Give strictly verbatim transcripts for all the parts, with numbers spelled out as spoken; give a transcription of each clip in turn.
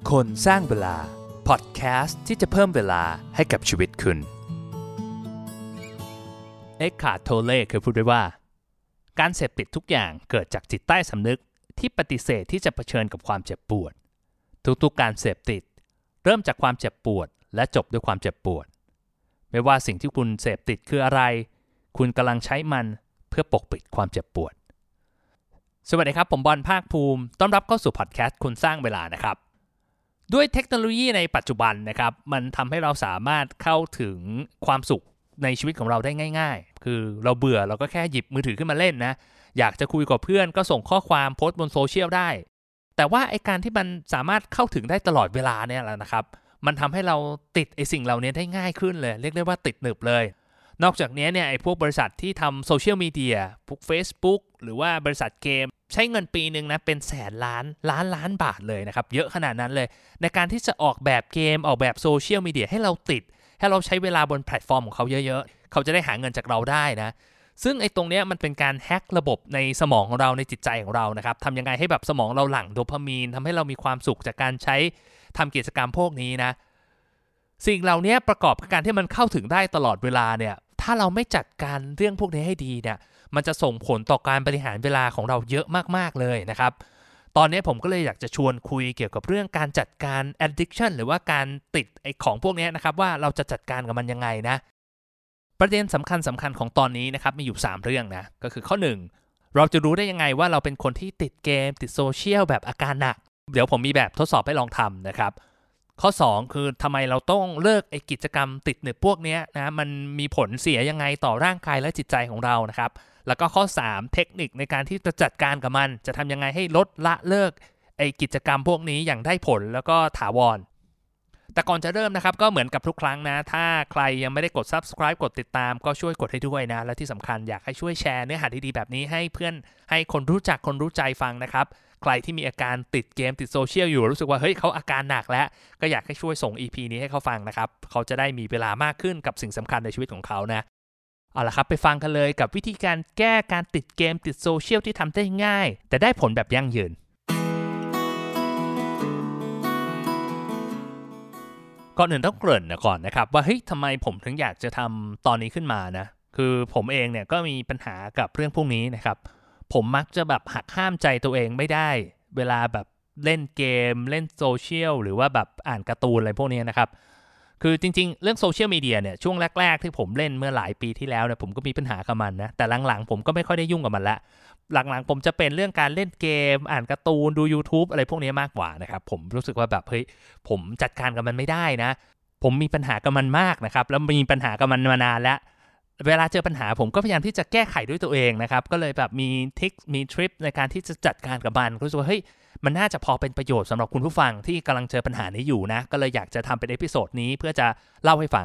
คนสร้างเวลาพอดแคสต์ที่จะเพิ่มเวลาให้กับชีวิตคุณเอ็กคาร์ท โทเล่เคยพูดไว้ว่าการเสพติดทุกอย่างเกิดจากจิตใต้สำนึกที่ปฏิเสธที่จะเผชิญกับความเจ็บปวดทุกๆการเสพติดเริ่มจากความเจ็บปวดและจบด้วยความเจ็บปวดไม่ว่าสิ่งที่คุณเสพติดคืออะไรคุณกำลังใช้มันเพื่อปกปิดความเจ็บปวดสวัสดีครับผมบอลภาคภูมิต้อนรับเข้าสู่พอดแคสต์คนสร้างเวลานะครับด้วยเทคโนโลยีในปัจจุบันนะครับมันทำให้เราสามารถเข้าถึงความสุขในชีวิตของเราได้ง่ายๆคือเราเบื่อเราก็แค่หยิบมือถือขึ้นมาเล่นนะอยากจะคุยกับเพื่อนก็ส่งข้อความโพสต์บนโซเชียลได้แต่ว่าไอ้การที่มันสามารถเข้าถึงได้ตลอดเวลาเนี่ยแหละนะครับมันทำให้เราติดไอ้สิ่งเหล่านี้ได้ง่ายขึ้นเลยเรียกได้ว่าติดหนึบเลยนอกจากนี้เนี่ยไอ้พวกบริษัทที่ทำโซเชียลมีเดียพวก Facebook หรือว่าบริษัทเกมใช้เงินปีนึงนะเป็นแสนล้านล้านล้านบาทเลยนะครับเยอะขนาดนั้นเลยในการที่จะออกแบบเกมออกแบบโซเชียลมีเดียให้เราติดให้เราใช้เวลาบนแพลตฟอร์มของเขาเยอะๆเขาจะได้หาเงินจากเราได้นะซึ่งไอ้ตรงเนี้ยมันเป็นการแฮ็กระบบในสมองของเราในจิตใจของเรานะครับทำยังไงให้แบบสมองเราหลั่งโดพามีนทำให้เรามีความสุขจากการใช้ทำกิจกรรมพวกนี้นะสิ่งเหล่านี้ประกอบกับการที่มันเข้าถึงได้ตลอดเวลาเนี่ยถ้าเราไม่จัดการเรื่องพวกนี้ให้ดีเนี่ยมันจะส่งผลต่อการบริหารเวลาของเราเยอะมากๆเลยนะครับตอนนี้ผมก็เลยอยากจะชวนคุยเกี่ยวกับเรื่องการจัดการ addiction หรือว่าการติดไอ้ของพวกนี้นะครับว่าเราจะจัดการกับมันยังไงนะประเด็นสำคัญสำคัญของตอนนี้นะครับมีอยู่สามเรื่องนะก็คือข้อหนึ่งเราจะรู้ได้ยังไงว่าเราเป็นคนที่ติดเกมติดโซเชียลแบบอาการหนักเดี๋ยวผมมีแบบทดสอบให้ลองทำนะครับข้อสองคือทำไมเราต้องเลิกไอ้กิจกรรมติดหนึบพวกนี้นะมันมีผลเสียยังไงต่อร่างกายและจิตใจของเรานะครับแล้วก็ข้อสามเทคนิคในการที่จะจัดการกับมันจะทำยังไงให้ลดละเลิกไอ้กิจกรรมพวกนี้อย่างได้ผลแล้วก็ถาวรแต่ก่อนจะเริ่มนะครับก็เหมือนกับทุกครั้งนะถ้าใครยังไม่ได้กด Subscribe กดติดตามก็ช่วยกดให้ด้วยนะและที่สำคัญอยากให้ช่วยแชร์เนื้อหาดีๆแบบนี้ให้เพื่อนให้คนรู้จักคนรู้ใจฟังนะครับใครที่มีอาการติดเกมติดโซเชียลอยู่รู้สึกว่าเฮ้ยเขาอาการหนักแล้วก็อยากให้ช่วยส่ง อี พี นี้ให้เขาฟังนะครับเขาจะได้มีเวลามากขึ้นกับสิ่งสำคัญในชีวิตของเขานะเอาล่ะครับไปฟังกันเลยกับวิธีการแก้การติดเกมติดโซเชียลที่ทำได้ง่ายแต่ได้ผลแบบยั่งยืนก่อนอื่นต้องเกริ่นนะก่อนนะครับว่าเฮ้ยทำไมผมถึงอยากจะทำตอนนี้ขึ้นมานะคือผมเองเนี่ยก็มีปัญหากับเรื่องพวกนี้นะครับผมมักจะแบบหักห้ามใจตัวเองไม่ได้เวลาแบบเล่นเกมเล่นโซเชียลหรือว่าแบบอ่านการ์ตูนอะไรพวกนี้นะครับคือจริงๆเรื่องโซเชียลมีเดียเนี่ยช่วงแรกๆที่ผมเล่นเมื่อหลายปีที่แล้วเนี่ยผมก็มีปัญหากับมันนะแต่หลังๆผมก็ไม่ค่อยได้ยุ่งกับมันละหลังๆผมจะเป็นเรื่องการเล่นเกมอ่านการ์ตูนดู YouTube อะไรพวกนี้มากกว่านะครับผมรู้สึกว่าแบบเฮ้ยผมจัดการกับมันไม่ได้นะผมมีปัญหากับมันมากนะครับแล้วมีปัญหากับมันมานานแล้วเวลาเจอปัญหาผมก็พยายามที่จะแก้ไขด้วยตัวเองนะครับก็เลยแบบมีทริคมีทริปในการที่จะจัดการกับมันรู้สึกว่าเฮ้ยมันน่าจะพอเป็นประโยชน์สำหรับคุณผู้ฟังที่กำลังเจอปัญหานี้อยู่นะก็เลยอยากจะทำเป็นเอพิโซดนี้เพื่อจะเล่าให้ฟัง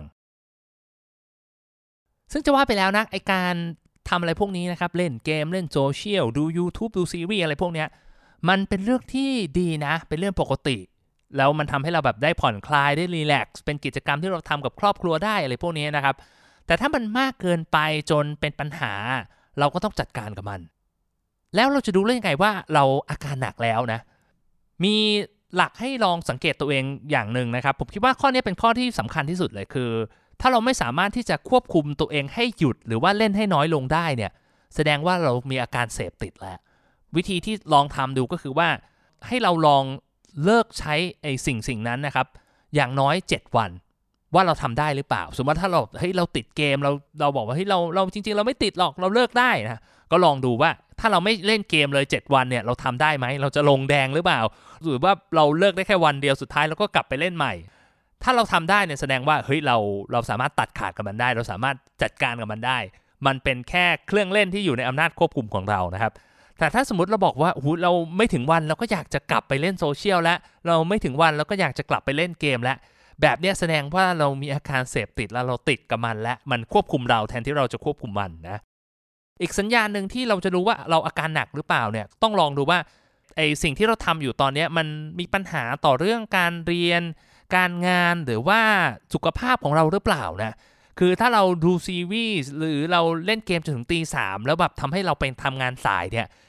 ซึ่งจะว่าไปแล้วนะไอการทำอะไรพวกนี้นะครับเล่นเกมเล่นโซเชียลดู YouTube ดูซีรีส์อะไรพวกเนี้ยมันเป็นเรื่องที่ดีนะเป็นเรื่องปกติแล้วมันทำให้เราแบบได้ผ่อนคลายได้รีแลกซ์เป็นกิจกรรมที่เราทำกับครอบครัวได้อะไรพวกนี้นะครับแต่ถ้ามันมากเกินไปจนเป็นปัญหาเราก็ต้องจัดการกับมันแล้วเราจะดูได้ยังไงว่าเราอาการหนักแล้วนะมีหลักให้ลองสังเกตตัวเองอย่างหนึ่งนะครับผมคิดว่าข้อนี้เป็นข้อที่สำคัญที่สุดเลยคือถ้าเราไม่สามารถที่จะควบคุมตัวเองให้หยุดหรือว่าเล่นให้น้อยลงได้เนี่ยแสดงว่าเรามีอาการเสพติดแล้ววิธีที่ลองทำดูก็คือว่าให้เราลองเลิกใช้ไอ้สิ่งสิ่งนั้นนะครับอย่างน้อยเจ็ดวันว่าเราทำได้หรือเปล่าสมมติถ้าเราเฮ้ยเราติดเกมเราเราบอกว่าเฮ้ยเราเราจริงๆเราไม่ติดหรอกเราเลิกได้นะก็ลองดูว่าถ้าเราไม่เล่นเกมเลยเจ็ดวันเนี่ยเราทำได้ไหมเราจะลงแดงหรือเปล่าหรือว่าเราเลิกได้แค่วันเดียวสุดท้ายเราก็กลับไปเล่นใหม่ถ้าเราทำได้เนี่ยแสดงว่าเฮ้ยเราเราสามารถตัดขาดกับมันได้เราสามารถจัดการกับมันได้มันเป็นแค่เครื่องเล่นที่อยู่ในอำนาจควบคุมของเรานะครับแต่ถ้าสมมติเราบอกว่าโอ้โหเราไม่ถึงวันเราก็อยากจะกลับไปเล่นโซเชียลแล้วเราไม่ถึงวันเราก็อยากจะกลับไปเล่นเกมแล้วแบบนี้แสดงว่าเรามีอาการเสพติดแล้วเราติดกับมันและมันควบคุมเราแทนที่เราจะควบคุมมันนะอีกสัญญาณหนึ่งที่เราจะรู้ว่าเราอาการหนักหรือเปล่าเนี่ยต้องลองดูว่าไอสิ่งที่เราทำอยู่ตอนนี้มันมีปัญหาต่อเรื่องการเรียนการงานหรือว่าสุขภาพของเราหรือเปล่านะคือถ้าเราดูซีรีส์หรือเราเล่นเกมจนถึงตีสามแล้วแบบทำให้เราไปทำงานสายเนี่ย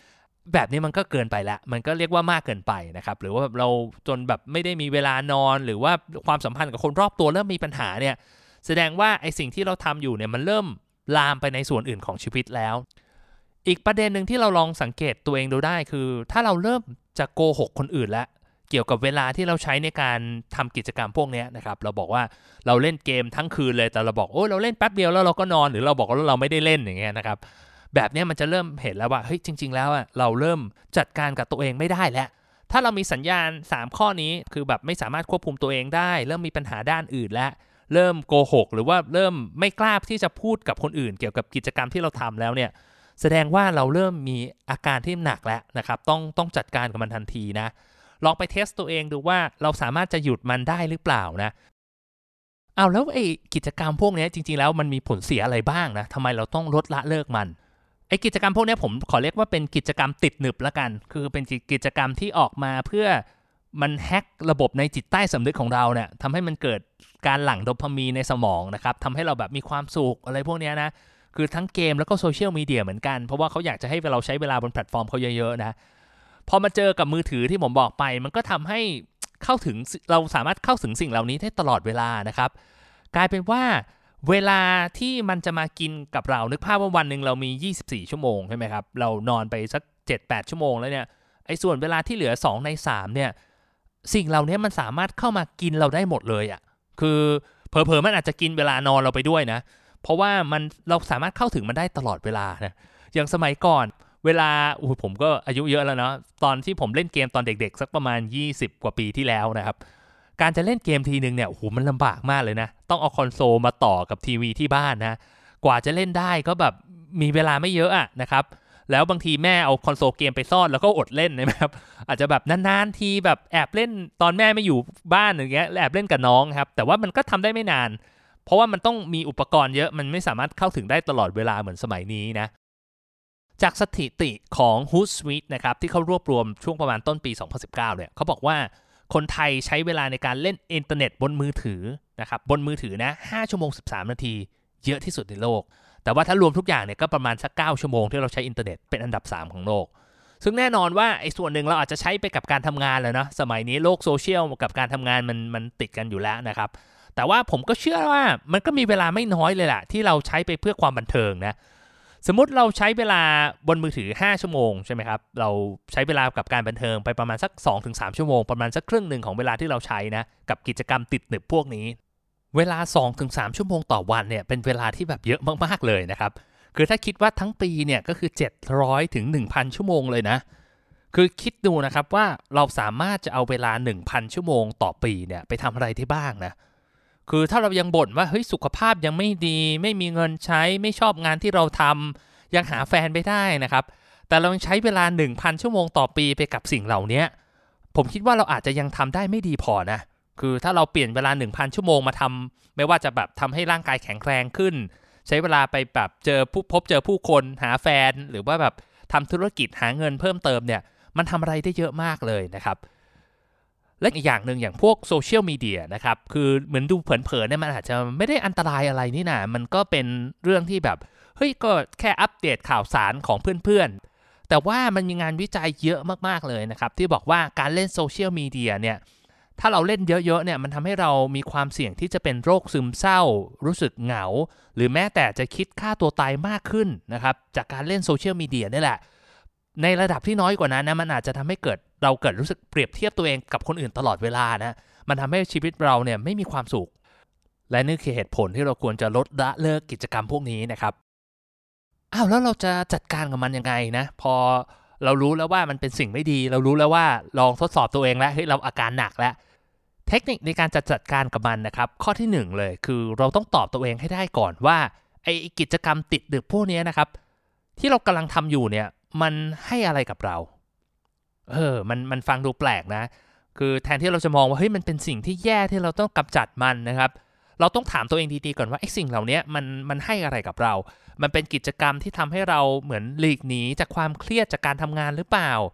แบบนี้มันก็เกินไปแล้วมันก็เรียกว่ามากเกินไปนะครับหรือว่าเราจนแบบไม่ได้มีเวลานอนหรือว่าความสัมพันธ์กับคนรอบตัวเริ่มมีปัญหาเนี่ยแสดงว่าไอ้สิ่งที่เราทำอยู่เนี่ยมันเริ่มลามไปในส่วนอื่นของชีวิตแล้วอีกประเด็นหนึ่งที่เราลองสังเกตตัวเองดูได้คือถ้าเราเริ่มจะโกหกคนอื่นแล้วเกี่ยวกับเวลาที่เราใช้ในการทำกิจกรรมพวกนี้นะครับเราบอกว่าเราเล่นเกมทั้งคืนเลยแต่เราบอกโอ้เราเล่นแป๊บเดียวแล้วเราก็นอนหรือเราบอกว่าเราไม่ได้เล่นอย่างเงี้ยนะครับแบบนี้มันจะเริ่มเห็นแล้วว่าเฮ้ยจริงๆแล้วอ่ะเราเริ่มจัดการกับตัวเองไม่ได้แล้วถ้าเรามีสัญญาณสามข้อนี้คือแบบไม่สามารถควบคุมตัวเองได้เริ่มมีปัญหาด้านอื่นแล้วเริ่มโกหกหรือว่าเริ่มไม่กล้าที่จะพูดกับคนอื่นเกี่ยวกับกิจกรรมที่เราทำแล้วเนี่ยแสดงว่าเราเริ่มมีอาการที่หนักแล้วนะครับต้องต้องจัดการกับมันทันทีนะลองไปเทสตัวเองดูว่าเราสามารถจะหยุดมันได้หรือเปล่านะเอาแล้วไอ้กิจกรรมพวกนี้จริงๆแล้วมันมีผลเสียอะไรบ้างนะทำไมเราต้องลดละเลิกมันไอ้กิจกรรมพวกนี้ผมขอเรียกว่าเป็นกิจกรรมติดหนึบละกันคือเป็นกิจกรรมที่ออกมาเพื่อมันแฮกระบบในจิตใต้สำนึกของเราเนี่ยทำให้มันเกิดการหลั่งโดพามีนในสมองนะครับทำให้เราแบบมีความสุขอะไรพวกนี้นะคือทั้งเกมแล้วก็โซเชียลมีเดียเหมือนกันเพราะว่าเขาอยากจะให้เราใช้เวลาบนแพลตฟอร์มเขาเยอะๆนะพอมาเจอกับมือถือที่ผมบอกไปมันก็ทำให้เข้าถึงเราสามารถเข้าถึงสิ่งเหล่านี้ได้ตลอดเวลานะครับกลายเป็นว่าเวลาที่มันจะมากินกับเรานึกภาพว่าวันหนึ่งเรามียี่สิบสี่ชั่วโมงใช่ไหมครับเรานอนไปสัก เจ็ดแปด ชั่วโมงแล้วเนี่ยไอ้ส่วนเวลาที่เหลือสองในสามเนี่ยสิ่งเหล่านี้มันสามารถเข้ามากินเราได้หมดเลยอ่ะคือเผลอๆมันอาจจะกินเวลานอนเราไปด้วยนะเพราะว่ามันเราสามารถเข้าถึงมันได้ตลอดเวลานะอย่างสมัยก่อนเวลาอู้ผมก็อายุเยอะแล้วเนาะตอนที่ผมเล่นเกมตอนเด็กๆสักประมาณยี่สิบกว่าปีที่แล้วนะครับการจะเล่นเกมทีนึงเนี่ยโอ้โหมันลำบากมากเลยนะต้องเอาคอนโซลมาต่อกับทีวีที่บ้านนะกว่าจะเล่นได้ก็แบบมีเวลาไม่เยอะอะนะครับแล้วบางทีแม่เอาคอนโซลเกมไปซ่อนแล้วก็อดเล่นนะครับอาจจะแบบนานๆทีแบบแอบเล่นตอนแม่ไม่อยู่บ้านอย่างเงี้ยแอบเล่นกับน้องครับแต่ว่ามันก็ทำได้ไม่นานเพราะว่ามันต้องมีอุปกรณ์เยอะมันไม่สามารถเข้าถึงได้ตลอดเวลาเหมือนสมัยนี้นะจากสถิติของ Hootsuite นะครับที่เขารวบรวมช่วงประมาณต้นปีสองพันสิบเก้าเนี่ยเขาบอกว่าคนไทยใช้เวลาในการเล่นอินเทอร์เน็ตบนมือถือนะครับบนมือถือนะห้าชั่วโมงสิบสามนาทีเยอะที่สุดในโลกแต่ว่าถ้ารวมทุกอย่างเนี่ยก็ประมาณสักเก้าชั่วโมงที่เราใช้อินเทอร์เน็ตเป็นอันดับสามของโลกซึ่งแน่นอนว่าไอ้ส่วนหนึ่งเราอาจจะใช้ไปกับการทำงานแล้วนะสมัยนี้โลกโซเชียลกับการทำงานมันมันติดกันอยู่แล้วนะครับแต่ว่าผมก็เชื่อว่ามันก็มีเวลาไม่น้อยเลยแหละที่เราใช้ไปเพื่อความบันเทิงนะสมมุติเราใช้เวลาบนมือถือห้าชั่วโมงใช่ไหมครับเราใช้เวลากับการบันเทิงไปประมาณสัก สองถึงสาม ชั่วโมงประมาณสักครึ่งหนึ่งของเวลาที่เราใช้นะกับกิจกรรมติดหนึบพวกนี้เวลา สองถึงสาม ชั่วโมงต่อวันเนี่ยเป็นเวลาที่แบบเยอะมากๆเลยนะครับคือถ้าคิดว่าทั้งปีเนี่ยก็คือเจ็ดร้อยถึง หนึ่งพัน ชั่วโมงเลยนะคือคิดดูนะครับว่าเราสามารถจะเอาเวลา หนึ่งพัน ชั่วโมงต่อปีเนี่ยไปทำอะไรได้บ้างนะคือถ้าเรายังบ่นว่าเฮ้ยสุขภาพยังไม่ดีไม่มีเงินใช้ไม่ชอบงานที่เราทำยังหาแฟนไม่ได้นะครับแต่เรายังใช้เวลา หนึ่งพัน ชั่วโมงต่อปีไปกับสิ่งเหล่านี้ผมคิดว่าเราอาจจะยังทำได้ไม่ดีพอนะคือถ้าเราเปลี่ยนเวลา หนึ่งพัน ชั่วโมงมาทำไม่ว่าจะแบบทำให้ร่างกายแข็งแรงขึ้นใช้เวลาไปแบบเจอผู้พบเจอผู้คนหาแฟนหรือว่าแบบทำธุรกิจหาเงินเพิ่มเติมเนี่ยมันทำอะไรได้เยอะมากเลยนะครับและอีกอย่างหนึ่งอย่างพวกโซเชียลมีเดียนะครับคือเหมือนดูเผินๆเนี่ยมันอาจจะไม่ได้อันตรายอะไรนี่นะมันก็เป็นเรื่องที่แบบเฮ้ยก็แค่อัปเดตข่าวสารของเพื่อนๆแต่ว่ามันมีงานวิจัยเยอะมากๆเลยนะครับที่บอกว่าการเล่นโซเชียลมีเดียเนี่ยถ้าเราเล่นเยอะๆเนี่ยมันทำให้เรามีความเสี่ยงที่จะเป็นโรคซึมเศร้ารู้สึกเหงาหรือแม้แต่จะคิดฆ่าตัวตายมากขึ้นนะครับจากการเล่นโซเชียลมีเดียนี่แหละในระดับที่น้อยกว่านั้นนะมันอาจจะทำให้เกิดเราเกิดรู้สึกเปรียบเทียบตัวเองกับคนอื่นตลอดเวลานะมันทำให้ชีวิตเราเนี่ยไม่มีความสุขและนี่คือเหตุผลที่เราควรจะลดละเลิกกิจกรรมพวกนี้นะครับอ้าวแล้วเราจะจัดการกับมันยังไงนะพอเรารู้แล้วว่ามันเป็นสิ่งไม่ดีเรารู้แล้วว่าลองทดสอบตัวเองแล้วเฮ้ยเราอาการหนักแล้วเทคนิคในการจัดจัดการกับมันนะครับข้อที่หนึ่งเลยคือเราต้องตอบตัวเองให้ได้ก่อนว่าไอ้กิจกรรมติดดึกพวกนี้นะครับที่เรากำลังทำอยู่เนี่ยมันให้อะไรกับเราเออมันมันฟังดูแปลกนะคือแทนที่เราจะมองว่าเฮ้ยมันเป็นสิ่งที่แย่ที่เราต้องกำจัดมันนะครับเราต้องถามตัวเองดีๆก่อนว่าไอ้สิ่งเหล่านี้มันมันให้อะไรกับเรามันเป็นกิจกรรมที่ทำให้เราเหมือนหลีกหนีจากความเครียดจากการทำงานหรือเปล่า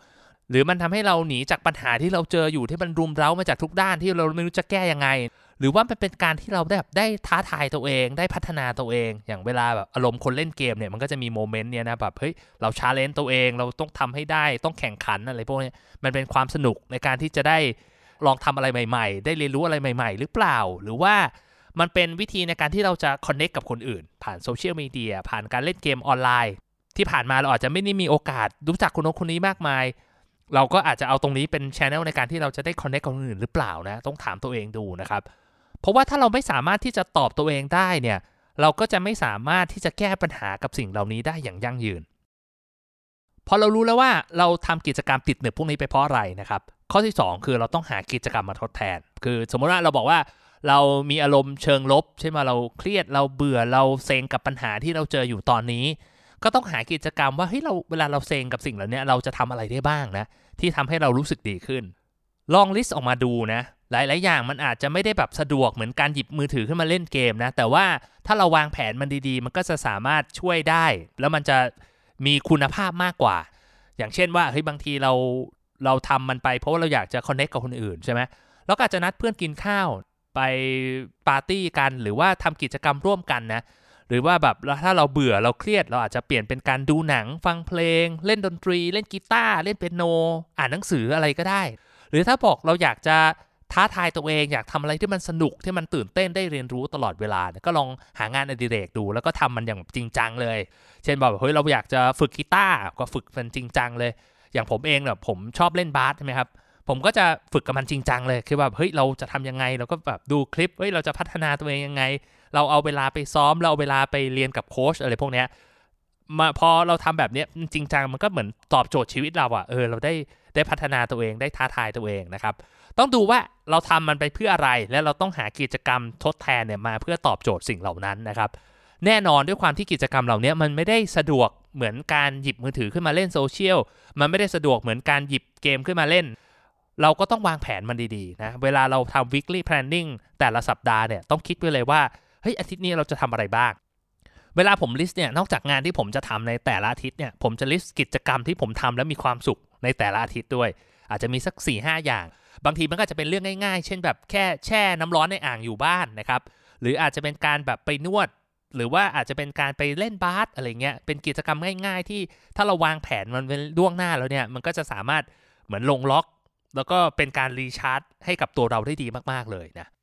หรือมันทำให้เราหนีจากปัญหาที่เราเจออยู่ที่มันรุมเร้ามาจากทุกด้านที่เราไม่รู้จะแก้ยังไงหรือว่ามันเป็นการที่เราได้แบบได้ท้าทายตัวเองได้พัฒนาตัวเองอย่างเวลาแบบอารมณ์คนเล่นเกมเนี่ยมันก็จะมีโมเมนต์เนี่ยนะแบบเฮ้ยเราชาเลนจ์ตัวเองเราต้องทำให้ได้ต้องแข่งขันอะไรพวกนี้มันเป็นความสนุกในการที่จะได้ลองทำอะไรใหม่ๆได้เรียนรู้อะไรใหม่ๆหรือเปล่าหรือว่ามันเป็นวิธีในการที่เราจะคอนเนคกับคนอื่นผ่านโซเชียลมีเดียผ่านการเล่นเกมออนไลน์ที่ผ่านมาเราอาจจะไม่ได้มีโอกาสรู้จักคนโน้นคนนี้มากมายเราก็อาจจะเอาตรงนี้เป็น channel ในการที่เราจะได้คอนเนคกับคนอื่นหรือเปล่านะต้องถามตัวเองดูนะครับเพราะว่าถ้าเราไม่สามารถที่จะตอบตัวเองได้เนี่ยเราก็จะไม่สามารถที่จะแก้ปัญหากับสิ่งเหล่านี้ได้อย่างยั่งยืนพอเรารู้แล้วว่าเราทำกิจกรรมติดหนึบพวกนี้ไปเพราะอะไรนะครับข้อที่สองคือเราต้องหากิจกรรมมาทดแทนคือสมมติว่าเราบอกว่าเรามีอารมณ์เชิงลบใช่ไหมเราเครียดเราเบื่อเราเซ็งกับปัญหาที่เราเจออยู่ตอนนี้ก็ต้องหากิจกรรมว่าเฮ้ยเราเวลาเราเซ็งกับสิ่งเหล่านี้เราจะทำอะไรได้บ้างนะที่ทำให้เรารู้สึกดีขึ้นลองลิสต์ออกมาดูนะหลายๆอย่างมันอาจจะไม่ได้แบบสะดวกเหมือนการหยิบมือถือขึ้นมาเล่นเกมนะแต่ว่าถ้าเราวางแผนมันดีๆมันก็จะสามารถช่วยได้แล้วมันจะมีคุณภาพมากกว่าอย่างเช่นว่าเฮ้ยบางทีเราเราทำมันไปเพราะว่าเราอยากจะคอนเนคกับคนอื่นใช่ไหมแล้วก็อาจจะนัดเพื่อนกินข้าวไปปาร์ตี้กันหรือว่าทำกิจกรรมร่วมกันนะหรือว่าแบบถ้าเราเบื่อเราเครียดเราอาจจะเปลี่ยนเป็นการดูหนังฟังเพลงเล่นดนตรีเล่นกีตาร์เล่นเปียโนอ่านหนังสืออะไรก็ได้หรือถ้าบอกเราอยากจะท้าทายตัวเองอยากทำอะไรที่มันสนุกที่มันตื่นเต้นได้เรียนรู้ตลอดเวลาก็ลองหางานอดิเรกดูแล้วก็ทำมันอย่างจริงจังเลยเช่นบอกเฮ้ยเราอยากจะฝึกกีตาร์ก็ฝึกมันจริงจังเลยอย่างผมเองเนี่ยผมชอบเล่นบาสใช่ไหมครับผมก็จะฝึกกับมันจริงจังเลยคือแบบเฮ้ยเราจะทำยังไงเราก็แบบดูคลิปเฮ้ยเราจะพัฒนาตัวเองยังไงเราเอาเวลาไปซ้อมเราเอาเวลาไปเรียนกับโค้ชอะไรพวกเนี้ยมาพอเราทำแบบนี้จริงจังมันก็เหมือนตอบโจทย์ชีวิตเราอะเออเราได้ได้พัฒนาตัวเองได้ท้าทายตัวเองนะครับต้องดูว่าเราทำมันไปเพื่ออะไรและเราต้องหากิจกรรมทดแทนเนี่ยมาเพื่อตอบโจทย์สิ่งเหล่านั้นนะครับแน่นอนด้วยความที่กิจกรรมเหล่านี้มันไม่ได้สะดวกเหมือนการหยิบมือถือขึ้นมาเล่นโซเชียลมันไม่ได้สะดวกเหมือนการหยิบเกมขึ้นมาเล่นเราก็ต้องวางแผนมันดีๆนะเวลาเราทำ weekly planning แต่ละสัปดาห์เนี่ยต้องคิดไว้เลยว่าเฮ้ยอาทิตย์นี้เราจะทำอะไรบ้างเวลาผมลิสต์เนี่ยนอกจากงานที่ผมจะทำในแต่ละอาทิตย์เนี่ยผมจะลิสต์กิจกรรมที่ผมทำแล้วมีความสุขในแต่ละอาทิตย์ด้วยอาจจะมีสัก สี่ห้า อย่างบางทีมันก็จะเป็นเรื่องง่ายๆเช่นแบบแค่แช่น้ำร้อนในอ่างอยู่บ้านนะครับหรืออาจจะเป็นการแบบไปนวดหรือว่าอาจจะเป็นการไปเล่นบาสอะไรเงี้ยเป็นกิจกรรมง่ายๆที่ถ้าเราวางแผนมันเป็นล่วงหน้าแล้วเนี่ยมันก็จะสามารถเหมือนลงล็อกแล้วก็เป็นการรีชาร์จให้กับตัวเราได้ดีมากๆเลยนะ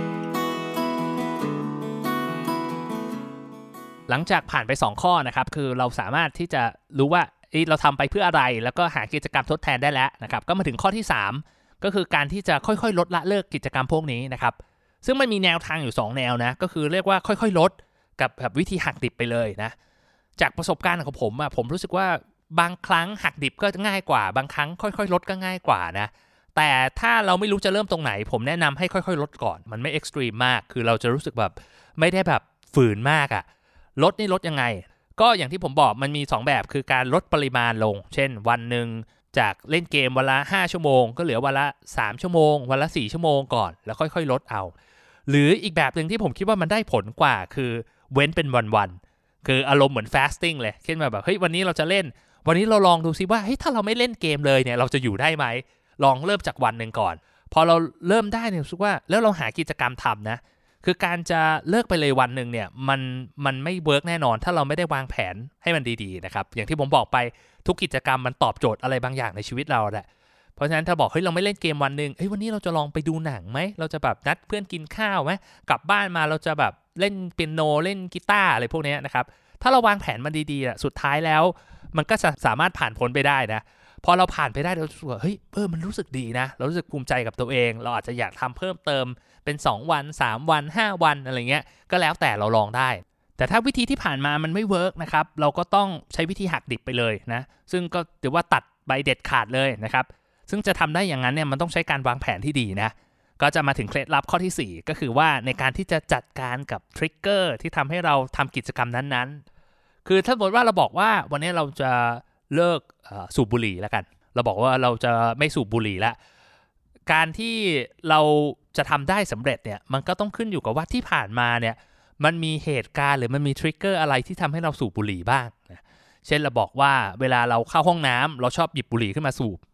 หลังจากผ่านไปสองข้อนะครับคือเราสามารถที่จะรู้ว่าเราทำไปเพื่ออะไรแล้วก็หากิจกรรมทดแทนได้แล้วนะครับก็มาถึงข้อที่สามก็คือการที่จะค่อยๆลดละเลิกกิจกรรมพวกนี้นะครับซึ่งมันมีแนวทางอยู่สองแนวนะก็คือเรียกว่าค่อยๆลดกับแบบวิธีหักดิบไปเลยนะจากประสบการณ์ของผมอะผมรู้สึกว่าบางครั้งหักดิบก็ง่ายกว่าบางครั้งค่อยๆลดก็ง่ายกว่านะแต่ถ้าเราไม่รู้จะเริ่มตรงไหนผมแนะนำให้ค่อยๆลดก่อนมันไม่เอ็กซ์ตรีมมากคือเราจะรู้สึกแบบไม่ได้แบบฝืนมากอะลดนี่ลดยังไงก็อย่างที่ผมบอกมันมีสองแบบคือการลดปริมาณลงเช่นวันนึงจากเล่นเกมวันละห้าชั่วโมงก็เหลือวันละสามชั่วโมงวันละสี่ชั่วโมงก่อนแล้วค่อยๆลดเอาหรืออีกแบบนึงที่ผมคิดว่ามันได้ผลกว่าคือเว้นเป็นวันๆคืออารมณ์เหมือน fasting เลยเช่นแบบเฮ้ยวันนี้เราจะเล่นวันนี้เราลองดูซิว่าเฮ้ยถ้าเราไม่เล่นเกมเลยเนี่ยเราจะอยู่ได้ไหมลองเริ่มจากวันนึงก่อนพอเราเริ่มได้เนี่ยรู้สึกว่าแล้วเราหากิจกรรมทำนะคือการจะเลิกไปเลยวันหนึ่งเนี่ยมันมันไม่เวิร์กแน่นอนถ้าเราไม่ได้วางแผนให้มันดีๆนะครับอย่างที่ผมบอกไปทุกกิจกรรมมันตอบโจทย์อะไรบางอย่างในชีวิตเราแหละเพราะฉะนั้นถ้าบอกเฮ้ยเราไม่เล่นเกมวันหนึ่งเฮ้ยวันนี้เราจะลองไปดูหนังไหมเราจะแบบนัดเพื่อนกินข้าวไหมกลับบ้านมาเราจะแบบเล่นเปียโนเล่นกีตาร์อะไรพวกนี้นะครับถ้าเราวางแผนมันดีๆอ่ะสุดท้ายแล้วมันก็จะสามารถผ่านพ้นไปได้นะพอเราผ่านไปได้เรารู้สึกว่าเฮ้ยเออมันรู้สึกดีนะเรารู้สึกภูมิใจกับตัวเองเราอาจจะอยากทำเพิ่มเติมเป็นสองวันสามวันห้าวันอะไรเงี้ยก็แล้วแต่เราลองได้แต่ถ้าวิธีที่ผ่านมามันไม่เวิร์กนะครับเราก็ต้องใช้วิธีหักดิบไปเลยนะซึ่งก็ถือว่าตัดใบเด็ดขาดเลยนะครับซึ่งจะทำได้อย่างนั้นเนี่ยมันต้องใช้การวางแผนที่ดีนะก็จะมาถึงเคล็ดลับข้อที่สี่ก็คือว่าในการที่จะจัดการกับทริกเกอร์ที่ทำให้เราทำกิจกรรมนั้นๆคือถ้าสมมติว่าเราบอกว่าวันนี้เราจะเลิกสูบบุหรี่แล้วกันเราบอกว่าเราจะไม่สูบบุหรี่แล้วการที่เราจะทำได้สำเร็จเนี่ยมันก็ต้องขึ้นอยู่กับว่าที่ผ่านมาเนี่ยมันมีเหตุการณ์หรือมันมีทริกเกอร์อะไรที่ทำให้เราสูบบุหรี่บ้างนะเช่นเราบอกว่าเวลาเราเข้าห้องน้ำเราชอบหยิบบุหรี่ขึ้นมาสูบ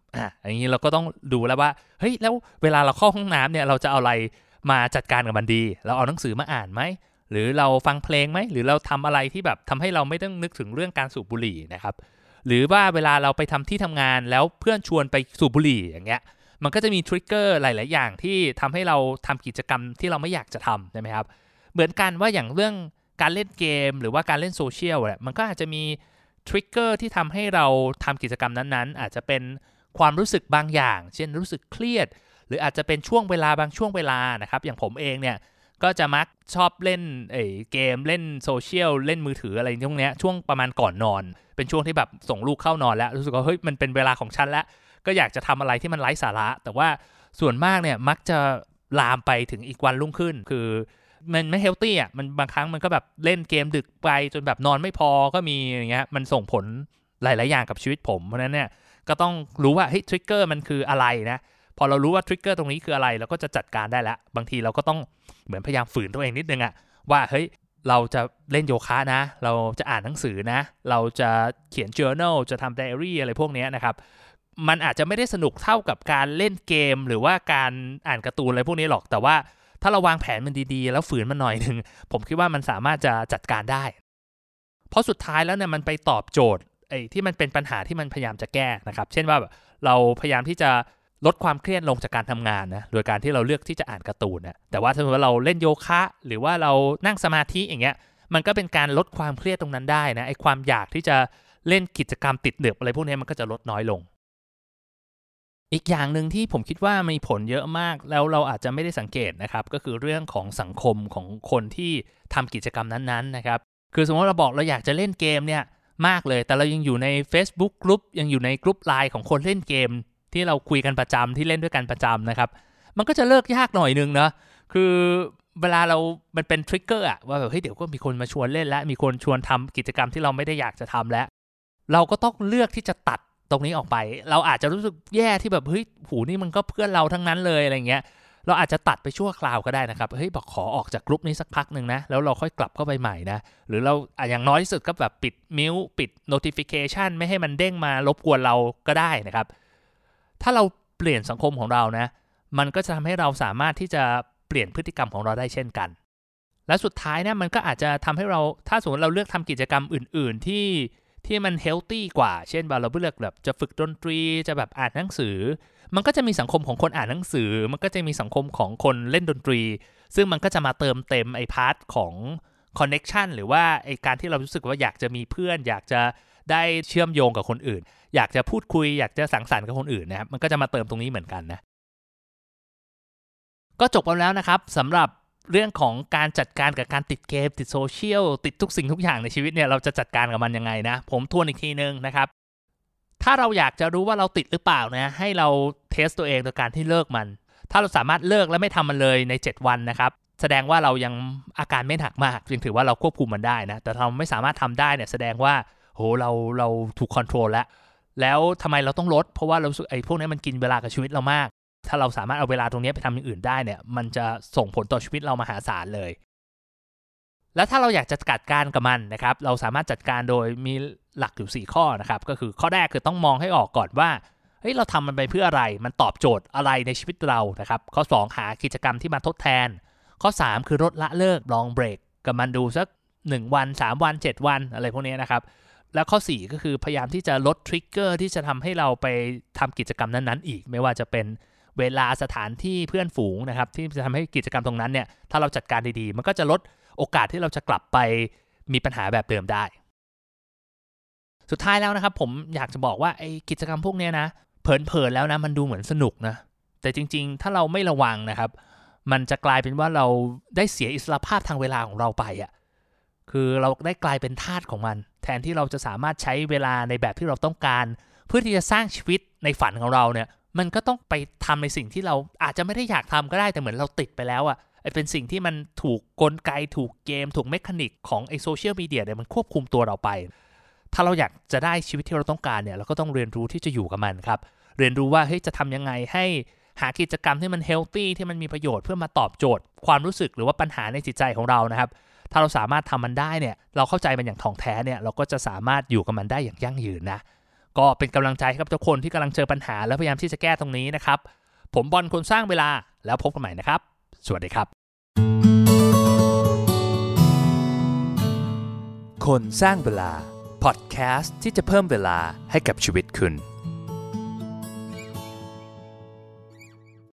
อ่ะอย่างนี้เราก็ต้องดูแล้วว่าเฮ้ยแล้วเวลาเราเข้าห้องน้ำเนี่ยเราจะเอาอะไรมาจัดการกับมันดีเราเอาหนังสือมาอ่านไหมหรือเราฟังเพลงไหมหรือเราทำอะไรที่แบบทำให้เราไม่ต้องนึกถึงเรื่องการสูบบุหรี่นะครับหรือว่าเวลาเราไปทำที่ทำงานแล้วเพื่อนชวนไปสูบบุหรี่อย่างเงี้ยมันก็จะมีทริกเกอร์หลายๆอย่างที่ทำให้เราทำกิจกรรมที่เราไม่อยากจะทำใช่ไหมครับเหมือนกันว่าอย่างเรื่องการเล่นเกมหรือว่าการเล่นโซเชียลเนี่ยมันก็อาจจะมีทริกเกอร์ที่ทำให้เราทำกิจกรรมนั้นๆอาจจะเป็นความรู้สึกบางอย่างเช่นรู้สึกเครียดหรืออาจจะเป็นช่วงเวลาบางช่วงเวลานะครับอย่างผมเองเนี่ยก็จะมักชอบเล่นเอ่เกมเล่นโซเชียลเล่นมือถืออะไรพวกนี้ช่วงประมาณก่อนนอนเป็นช่วงที่แบบส่งลูกเข้านอนแล้วรู้สึกว่าเฮ้ยมันเป็นเวลาของฉันแล้วก็อยากจะทำอะไรที่มันไร้สาระแต่ว่าส่วนมากเนี่ยมักจะลามไปถึงอีกวันรุ่งขึ้นคือมันไม่เฮลตี้อ่ะมันบางครั้งมันก็แบบเล่นเกมดึกไปจนแบบนอนไม่พอก็มีอย่างเงี้ยมันส่งผลหลายๆอย่างกับชีวิตผมเพราะนั้นเนี่ยก็ต้องรู้ว่าเฮ้ยทริกเกอร์มันคืออะไรนะพอเรารู้ว่าทริกเกอร์ตรงนี้คืออะไรเราก็จะจัดการได้แล้วบางทีเราก็ต้องเหมือนพยายามฝืนตัวเองนิดนึงอะว่าเฮ้ยเราจะเล่นโยคะนะเราจะอ่านหนังสือนะเราจะเขียน journal จะทำ diary อะไรพวกนี้นะครับมันอาจจะไม่ได้สนุกเท่ากับการเล่นเกมหรือว่าการอ่านการ์ตูนอะไรพวกนี้หรอกแต่ว่าถ้าเราวางแผนมันดีๆแล้วฝืนมันหน่อยนึงผมคิดว่ามันสามารถจะจัดการได้เพราะสุดท้ายแล้วเนี่ยมันไปตอบโจทย์ไอ้ที่มันเป็นปัญหาที่มันพยายามจะแก้นะครับเช่นว่าเราพยายามที่จะลดความเครียดลงจากการทำงานนะโดยการที่เราเลือกที่จะอ่านการ์ตูนนะแต่ว่าถ้าสมมติว่าเราเล่นโยคะหรือว่าเรานั่งสมาธิอย่างเงี้ยมันก็เป็นการลดความเครียดตรงนั้นได้นะไอ้ความอยากที่จะเล่นกิจกรรมติดเหนือบอะไรพวกนี้มันก็จะลดน้อยลงอีกอย่างหนึ่งที่ผมคิดว่ามีผลเยอะมากแล้วเราอาจจะไม่ได้สังเกตนะครับก็คือเรื่องของสังคมของคนที่ทำกิจกรรมนั้นๆนะครับคือสมมติเราบอกเราอยากจะเล่นเกมเนี่ยมากเลยแต่เรายังอยู่ใน Facebook กลุ่มยังอยู่ในกลุ่ม ไลน์ ของคนเล่นเกมที่เราคุยกันประจำที่เล่นด้วยกันประจำนะครับมันก็จะเลิกยากหน่อยนึงนะคือเวลาเรามันเป็นทริกเกอร์อะว่าแบบเฮ้ยเดี๋ยวก็มีคนมาชวนเล่นแล้วมีคนชวนทำกิจกรรมที่เราไม่ได้อยากจะทำแล้วเราก็ต้องเลือกที่จะตัดตรงนี้ออกไปเราอาจจะรู้สึกแย่ที่แบบเฮ้ยหูนี่มันก็เพื่อนเราทั้งนั้นเลยอะไรเงี้ยเราอาจจะตัดไปชั่วคราวก็ได้นะครับเฮ้ยบอกขอออกจากกลุ่มนี้สักพักนึงนะแล้วเราค่อยกลับเข้าไปใหม่นะหรือเราอย่างน้อยที่สุดก็แบบปิดมิวปิด notification ไม่ให้มันเด้งมารบกวนเราก็ได้นะครับถ้าเราเปลี่ยนสังคมของเรานะมันก็จะทำให้เราสามารถที่จะเปลี่ยนพฤติกรรมของเราได้เช่นกันและสุดท้ายนะมันก็อาจจะทำให้เราถ้าสมมติเราเลือกทำกิจกรรมอื่นๆที่ที่มันเฮลตี้กว่าเช่นว่าเราเลือกแบบจะฝึกดนตรีจะแบบอ่านหนังสือมันก็จะมีสังคมของคนอ่านหนังสือมันก็จะมีสังคมของคนเล่นดนตรีซึ่งมันก็จะมาเติมเต็มไอ้พาร์ทของคอนเน็กชันหรือว่าไอ้การที่เรารู้สึกว่าอยากจะมีเพื่อนอยากจะได้เชื่อมโยงกับคนอื่นอยากจะพูดคุยอยากจะสังสรรค์กับคนอื่นนะครับมันก็จะมาเติมตรงนี้เหมือนกันนะก็จบไปแล้วนะครับสำหรับเรื่องของการจัดการกับการติดเกมติดโซเชียลติดทุกสิ่งทุกอย่างในชีวิตเนี่ยเราจะจัดการกับมันยังไงนะผมทวนอีกทีนึงนะครับถ้าเราอยากจะรู้ว่าเราติดหรือเปล่านะให้เราเทสตัวเองโดยการที่เลิกมันถ้าเราสามารถเลิกและไม่ทำมันเลยในเจ็ดวันนะครับแสดงว่าเรายังอาการไม่หนักมากจึงถือว่าเราควบคุมมันได้นะแต่เราไม่สามารถทำได้เนี่ยแสดงว่าโหเราเราถูกคอนโทรลแล้วแล้วทำไมเราต้องลดเพราะว่าเราไอ้พวกนี้มันกินเวลากับชีวิตเรามากถ้าเราสามารถเอาเวลาตรงนี้ไปทำอย่างอื่นได้เนี่ยมันจะส่งผลต่อชีวิตเรามหาศาลเลยแล้วถ้าเราอยากจะจัดการกับมันนะครับเราสามารถจัดการโดยมีหลักอยู่สี่ข้อนะครับก็คือข้อแรกคือต้องมองให้ออกก่อนว่าเฮ้ยเราทำมันไปเพื่ออะไรมันตอบโจทย์อะไรในชีวิตเรานะครับข้อสองหากิจกรรมที่มาทดแทนข้อสามคือลดละเลิกลองเบรกกับมันดูสักหนึ่งวันสามวันเจ็ดวันอะไรพวกนี้นะครับแล้วข้อสี่ก็คือพยายามที่จะลดทริกเกอร์ที่จะทำให้เราไปทำกิจกรรมนั้นๆอีกไม่ว่าจะเป็นเวลาสถานที่เพื่อนฝูงนะครับที่จะทำให้กิจกรรมตรงนั้นเนี่ยถ้าเราจัดการดีๆมันก็จะลดโอกาสที่เราจะกลับไปมีปัญหาแบบเดิมได้สุดท้ายแล้วนะครับผมอยากจะบอกว่าไอ้กิจกรรมพวกนี้นะเผินๆแล้วนะมันดูเหมือนสนุกนะแต่จริงๆถ้าเราไม่ระวังนะครับมันจะกลายเป็นว่าเราได้เสียอิสรภาพทางเวลาของเราไปอ่ะคือเราได้กลายเป็นทาสของมันแทนที่เราจะสามารถใช้เวลาในแบบที่เราต้องการเพื่อที่จะสร้างชีวิตในฝันของเราเนี่ยมันก็ต้องไปทำในสิ่งที่เราอาจจะไม่ได้อยากทำก็ได้แต่เหมือนเราติดไปแล้วอ่ะเป็นสิ่งที่มันถูกกลไกถูกเกมถูกเมคานิกของไอโซเชียลมีเดียเนี่ยมันควบคุมตัวเราไปถ้าเราอยากจะได้ชีวิตที่เราต้องการเนี่ยเราก็ต้องเรียนรู้ที่จะอยู่กับมันครับเรียนรู้ว่าเฮ้ยจะทำยังไงให้หากิจกรรมที่มันเฮลตี้ที่มันมีประโยชน์เพื่อมาตอบโจทย์ความรู้สึกหรือว่าปัญหาในจิตใจของเรานะครับถ้าเราสามารถทำมันได้เนี่ยเราเข้าใจมันอย่างถ่องแท้เนี่ยเราก็จะสามารถอยู่กับมันได้อย่างยั่งยืนนะก็เป็นกำลังใจให้กับทุกคนที่กำลังเจอปัญหาแล้วพยายามที่จะแก้ตรงนี้นะครับผมบอลคนสร้างเวลาแล้วพบกันใหม่นะครับสวัสดีครับคนสร้างเวลาพอดแคสต์ที่จะเพิ่มเวลาให้กับชีวิตคุณ